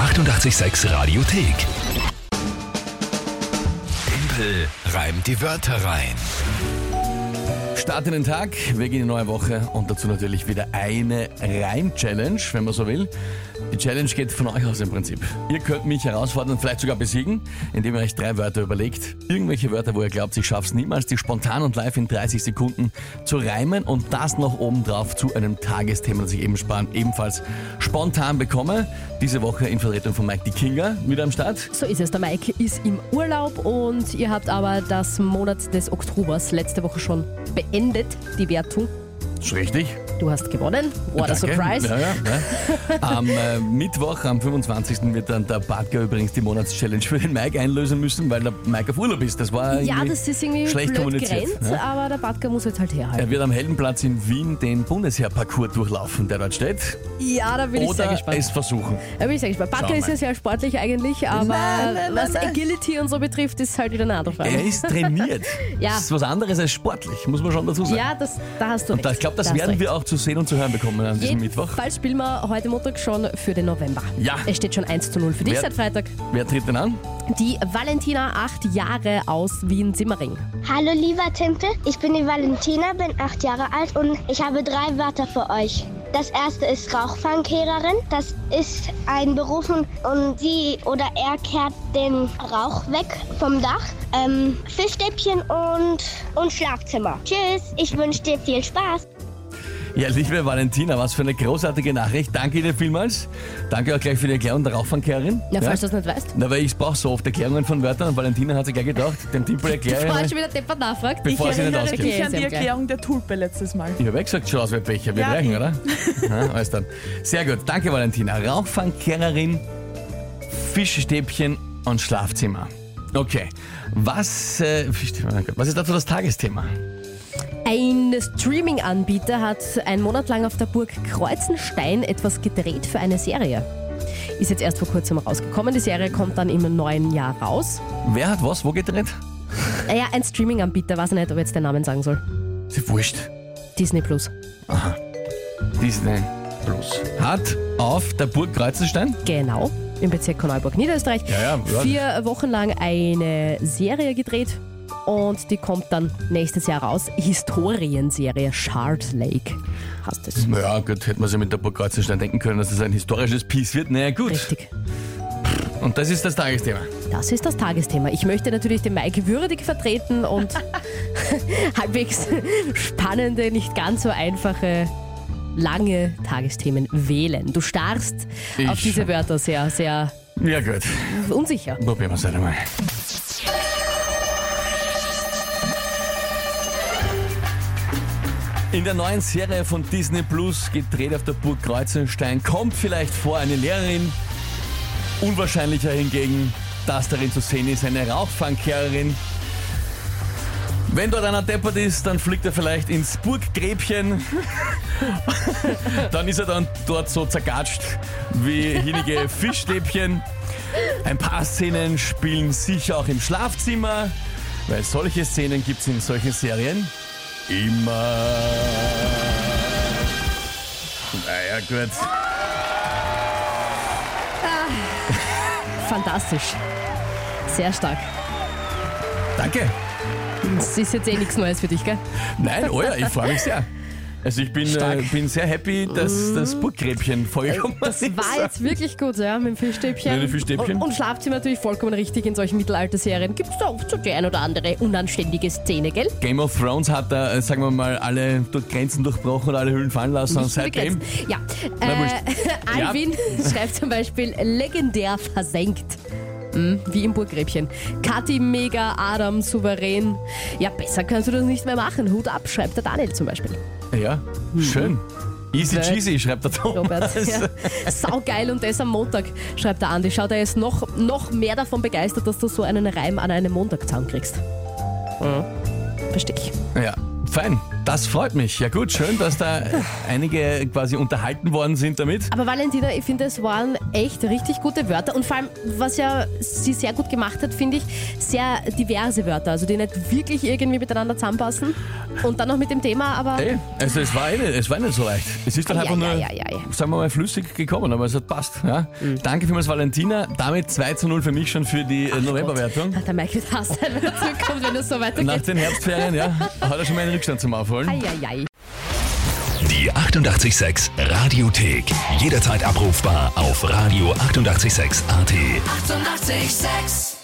886 Radiothek. Tempel reimt die Wörter rein. Start in den Tag, wir gehen in die neue Woche und dazu natürlich wieder eine Reim-Challenge, wenn man so will. Die Challenge geht von euch aus im Prinzip. Ihr könnt mich herausfordern, vielleicht sogar besiegen, indem ihr euch 3 Wörter überlegt. Irgendwelche Wörter, wo ihr glaubt, ich schaff's niemals, die spontan und live in 30 Sekunden zu reimen und das noch obendrauf zu einem Tagesthema, das ich ebenfalls spontan bekomme. Diese Woche in Vertretung von Mike die Kinga wieder am Start. So ist es, der Mike ist im Urlaub und ihr habt aber das Monat des Oktobers letzte Woche schon beendet, die Wertung. Ist richtig. Du hast gewonnen. What a surprise. Ja. Am Mittwoch, am 25. wird dann der Badger übrigens die Monatschallenge für den Mike einlösen müssen, weil der Mike auf Urlaub ist. Das war das ist irgendwie schlecht blöd kommuniziert. grenzt, aber der Badger muss jetzt halt herhalten. Er wird am Heldenplatz in Wien den Bundesheer-Parcours durchlaufen, der dort steht. Ja, da bin ich sehr gespannt. Oder es versuchen. Da bin ich sehr gespannt. Badger ist ja sehr sportlich eigentlich, aber was Agility und so betrifft, ist halt wieder eine andere Frage. Er ist trainiert. Ja. Das ist was anderes als sportlich, muss man schon dazu sagen. Ja, da hast du recht. Und ich glaube, das werden wir auch zu sehen und zu hören bekommen an diesem Mittwoch. Jedenfalls spielen wir heute Montag schon für den November. Ja. Es steht schon 1:0 für dich seit Freitag. Wer tritt denn an? Die Valentina, 8 Jahre aus Wien-Simmering. Hallo lieber Tempel, ich bin die Valentina, bin 8 Jahre alt und ich habe 3 Wörter für euch. Das erste ist Rauchfangkehrerin. Das ist ein Beruf und sie oder er kehrt den Rauch weg vom Dach. Fischstäbchen und Schlafzimmer. Tschüss, ich wünsche dir viel Spaß. Ja, liebe Valentina, was für eine großartige Nachricht. Danke dir vielmals. Danke auch gleich für die Erklärung der Rauchfangkehrerin. Ja, falls du das nicht weißt. Na, weil ich brauche so oft Erklärungen von Wörtern und Valentina hat sich gleich gedacht, dem Timpel erkläre Bevor ich schon wieder deppert nachfragt. bevor sie nicht ausgeht. Ich an die Erklärung der Tulpe letztes Mal. Ich habe ja gesagt, schon aus wie Becher. Wir reichen, oder? Ja, alles dann. Sehr gut. Danke, Valentina. Rauchfangkehrerin, Fischstäbchen und Schlafzimmer. Okay. Was ist dazu das Tagesthema? Ein Streaming-Anbieter hat einen Monat lang auf der Burg Kreuzenstein etwas gedreht für eine Serie. Ist jetzt erst vor kurzem rausgekommen. Die Serie kommt dann im neuen Jahr raus. Wer hat was? Wo gedreht? Ja, ein Streaming-Anbieter. Weiß ich nicht, ob ich jetzt den Namen sagen soll. Sie wurscht. Disney Plus. Aha. Disney Plus. Hat auf der Burg Kreuzenstein? Genau. Im Bezirk Korneuburg, Niederösterreich. Ja. 4 Wochen lang eine Serie gedreht. Und die kommt dann nächstes Jahr raus. Historienserie Shard Lake heißt es. Ja, gut, hätte man sich mit der Burg Kreuzenstein denken können, dass es ein historisches Piece wird. Naja, gut. Richtig. Und das ist das Tagesthema. Das ist das Tagesthema. Ich möchte natürlich den Mike würdig vertreten und halbwegs spannende, nicht ganz so einfache, lange Tagesthemen wählen. Du starrst auf diese Wörter sehr, sehr Ja, gut. unsicher. Probieren wir es halt einmal. In der neuen Serie von Disney Plus, gedreht auf der Burg Kreuzenstein, kommt vielleicht vor eine Lehrerin. Unwahrscheinlicher hingegen, dass darin zu sehen ist, eine Rauchfangkehrerin. Wenn dort einer deppert ist, dann fliegt er vielleicht ins Burggräbchen. Dann ist er dann dort so zergatscht wie hinige Fischstäbchen. Ein paar Szenen spielen sicher auch im Schlafzimmer, weil solche Szenen gibt es in solchen Serien immer. Naja, gut. Fantastisch. Sehr stark. Danke. Das ist jetzt nichts Neues für dich, gell? Nein, oh ja, ich freue mich sehr. Also ich bin sehr happy, dass das Burggräbchen vollkommen Das war jetzt wirklich gut, ja, mit dem Fischstäbchen. Ja, die Fischstäbchen. Und Schlafzimmer natürlich vollkommen richtig in solchen Mittelalter-Serien. Gibt es da auch so die ein oder andere unanständige Szene, gell? Game of Thrones hat da, sagen wir mal, alle Grenzen durchbrochen und alle Hüllen fallen lassen. Und seitdem. Ja. Na, wurscht. Alvin schreibt zum Beispiel legendär versenkt. Wie im Burggräbchen. Kathi mega, Adam souverän. Ja, besser kannst du das nicht mehr machen. Hut ab, schreibt der Daniel zum Beispiel. Ja, schön. Easy cheesy, schreibt der Thomas. Robert, ja. Saugeil und das am Montag, schreibt der Andi. Schau, der ist noch mehr davon begeistert, dass du so einen Reim an einem Montag zusammenkriegst. Verstehe ich. Ja, fein. Das freut mich. Ja gut, schön, dass da einige quasi unterhalten worden sind damit. Aber Valentina, ich finde, es waren echt richtig gute Wörter und vor allem, was ja sie sehr gut gemacht hat, finde ich, sehr diverse Wörter, also die nicht wirklich irgendwie miteinander zusammenpassen und dann noch mit dem Thema, aber... Hey, also es war nicht so leicht. Es ist dann einfach nur, sagen wir mal, flüssig gekommen, aber es hat passt. Ja? Danke vielmals, Valentina. Damit 2:0 für mich schon für die Novemberwertung. Der Mike wird hassen, wenn er zurückkommt, wenn es so weitergeht. Nach den Herbstferien, ja, hat er schon mal einen Rückstand zum Aufholen. Die 88,6 Radiothek. Jederzeit abrufbar auf radio886.at. 88,6.